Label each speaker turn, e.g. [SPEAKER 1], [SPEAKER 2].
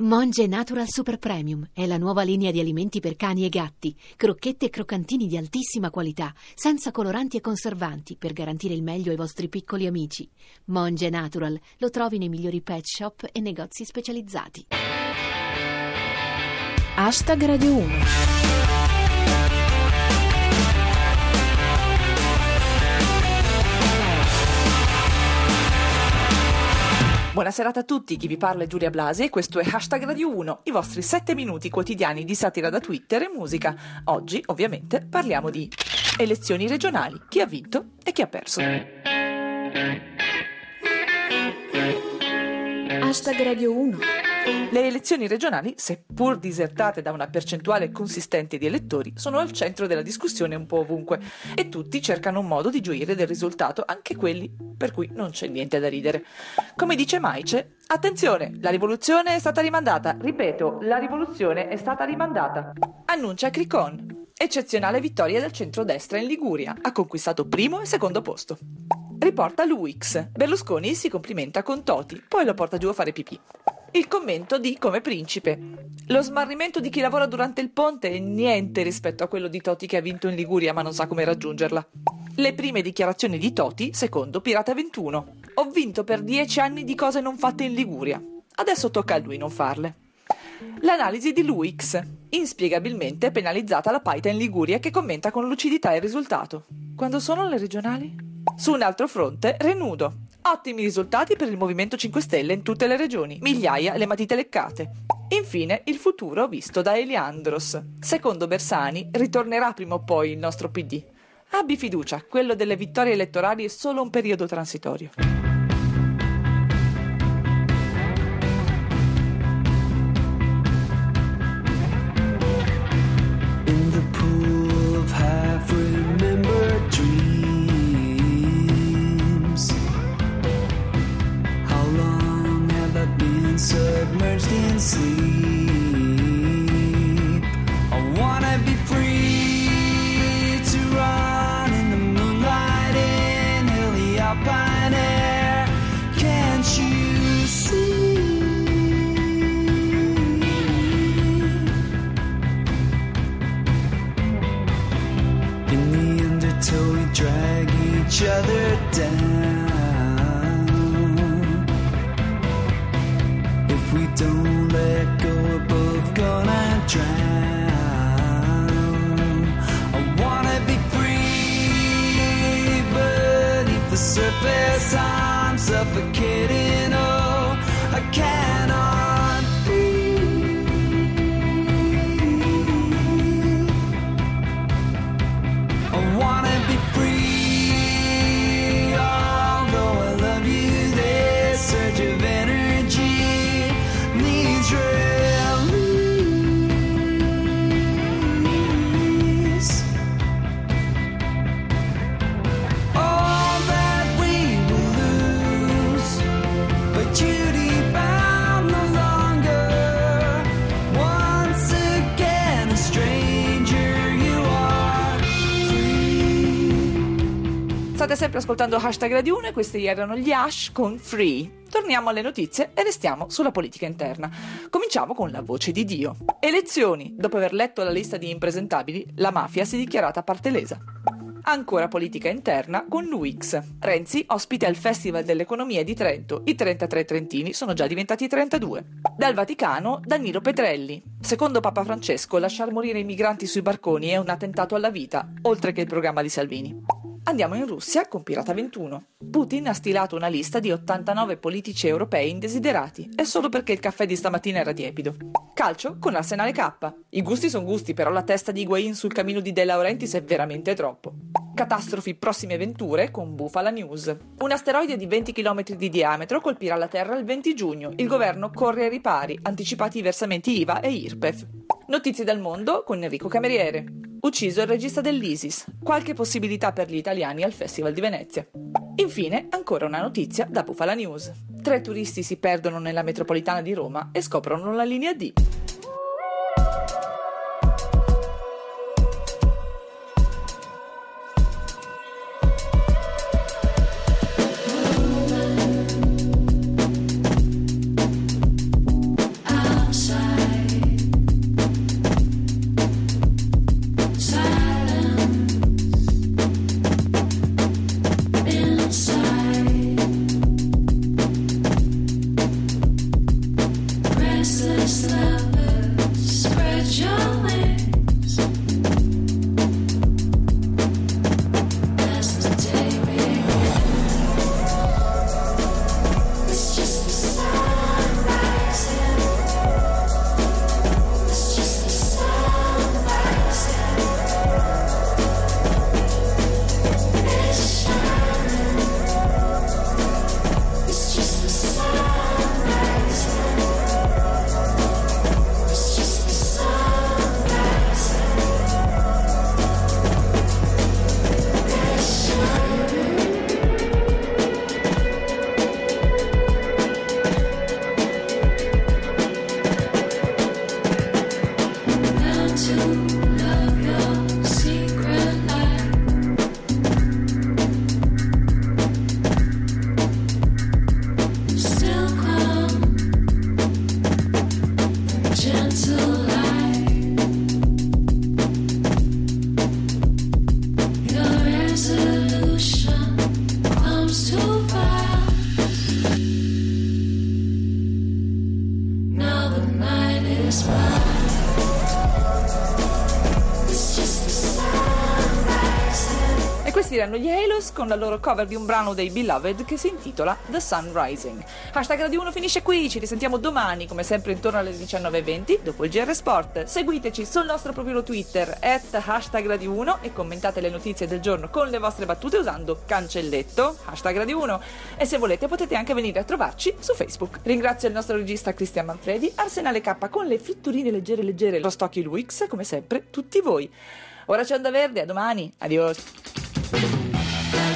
[SPEAKER 1] Monge Natural Super Premium è la nuova linea di alimenti per cani e gatti, crocchette e croccantini di altissima qualità, senza coloranti e conservanti, per garantire il meglio ai vostri piccoli amici. Monge Natural lo trovi nei migliori pet shop e negozi specializzati.
[SPEAKER 2] Hashtag Radio 1.
[SPEAKER 3] Buona serata a tutti, chi vi parla è Giulia Blasi e questo è Hashtag Radio 1, i vostri 7 minuti quotidiani di satira da Twitter e musica. Oggi, ovviamente, parliamo di elezioni regionali, chi ha vinto e chi ha perso.
[SPEAKER 2] Hashtag Radio 1.
[SPEAKER 3] Le elezioni regionali, seppur disertate da una percentuale consistente di elettori, sono al centro della discussione un po' ovunque e tutti cercano un modo di gioire del risultato, anche quelli per cui non c'è niente da ridere. Come dice Maice, attenzione, la rivoluzione è stata rimandata. Ripeto, la rivoluzione è stata rimandata. Annuncia Cricon. Eccezionale vittoria del centrodestra in Liguria. Ha conquistato primo e secondo posto. Riporta l'UX. Berlusconi si complimenta con Toti, poi lo porta giù a fare pipì. Il commento di Come Principe. Lo smarrimento di chi lavora durante il ponte è niente rispetto a quello di Toti che ha vinto in Liguria ma non sa come raggiungerla. Le prime dichiarazioni di Toti, secondo Pirata 21. Ho vinto per 10 anni di cose non fatte in Liguria. Adesso tocca a lui non farle. L'analisi di Luix. Inspiegabilmente penalizzata la Paita in Liguria che commenta con lucidità il risultato. Quando sono le regionali? Su un altro fronte, Renudo. Ottimi risultati per il Movimento 5 Stelle in tutte le regioni, migliaia le matite leccate. Infine, il futuro visto da Eliandros. Secondo Bersani, ritornerà prima o poi il nostro PD. Abbi fiducia, quello delle vittorie elettorali è solo un periodo transitorio.
[SPEAKER 4] Submerged in sleep, I wanna be free to run in the moonlight, inhale the alpine air. Can't you see? In the undertow we drag each other down. We don't let go, we're both gonna drown. I wanna be free, beneath the surface I'm suffocating. Oh, I cannot breathe. I wanna be free, although I love you, this surge of energy needs release. All that we will lose, but duty bound no longer. Once again a stranger, you are free.
[SPEAKER 3] State sempre ascoltando Hashtag Radio 1 e questi erano gli Hash con Free. Torniamo alle notizie e restiamo sulla politica interna. Cominciamo con la voce di Dio. Elezioni. Dopo aver letto la lista di impresentabili, la mafia si è dichiarata parte lesa. Ancora politica interna con l'UX. Renzi ospite al Festival dell'Economia di Trento. I 33 trentini sono già diventati 32. Dal Vaticano, Danilo Petrelli. Secondo Papa Francesco, lasciar morire i migranti sui barconi è un attentato alla vita, oltre che il programma di Salvini. Andiamo in Russia con Pirata 21. Putin ha stilato una lista di 89 politici europei indesiderati, e solo perché il caffè di stamattina era tiepido. Calcio con Arsenale K. I gusti sono gusti, però la testa di Higuaín sul cammino di De Laurentiis è veramente troppo. Catastrofi prossime avventure con Bufala News. Un asteroide di 20 km di diametro colpirà la Terra il 20 giugno. Il governo corre ai ripari, anticipati i versamenti IVA e IRPEF. Notizie dal mondo con Enrico Cameriere. Ucciso il regista dell'ISIS. Qualche possibilità per gli italiani al Festival di Venezia. Infine, ancora una notizia da Bufala News. 3 turisti si perdono nella metropolitana di Roma e scoprono la linea D.
[SPEAKER 5] restless lovers, spread your wings. As the day begins, it's just the sun rising. It's just the sun rising. It's shining. It's just the sun rising. It's just the sun rising. It's shining. Learn to love your secret life. Still calm, gentle light. Your resolution comes too fast. Now the night is bright. It's just the sun rising.
[SPEAKER 3] E questi erano gli Halos con la loro cover di un brano dei Beloved che si intitola The Sun Rising. Hashtag Radio 1 finisce qui, ci risentiamo domani come sempre intorno alle 19:20 dopo il GR Sport. Seguiteci sul nostro profilo Twitter @hashtag Radio 1 e commentate le notizie del giorno con le vostre battute usando cancelletto hashtag Radio 1 e se volete potete anche venire a trovarci su Facebook. Ringrazio il nostro regista Cristian Manfredi, Arsenale K con le fritturine leggere, lo Stocchi Luix, come sempre tutti voi. Ora c'è Onda Verde, a domani, adios.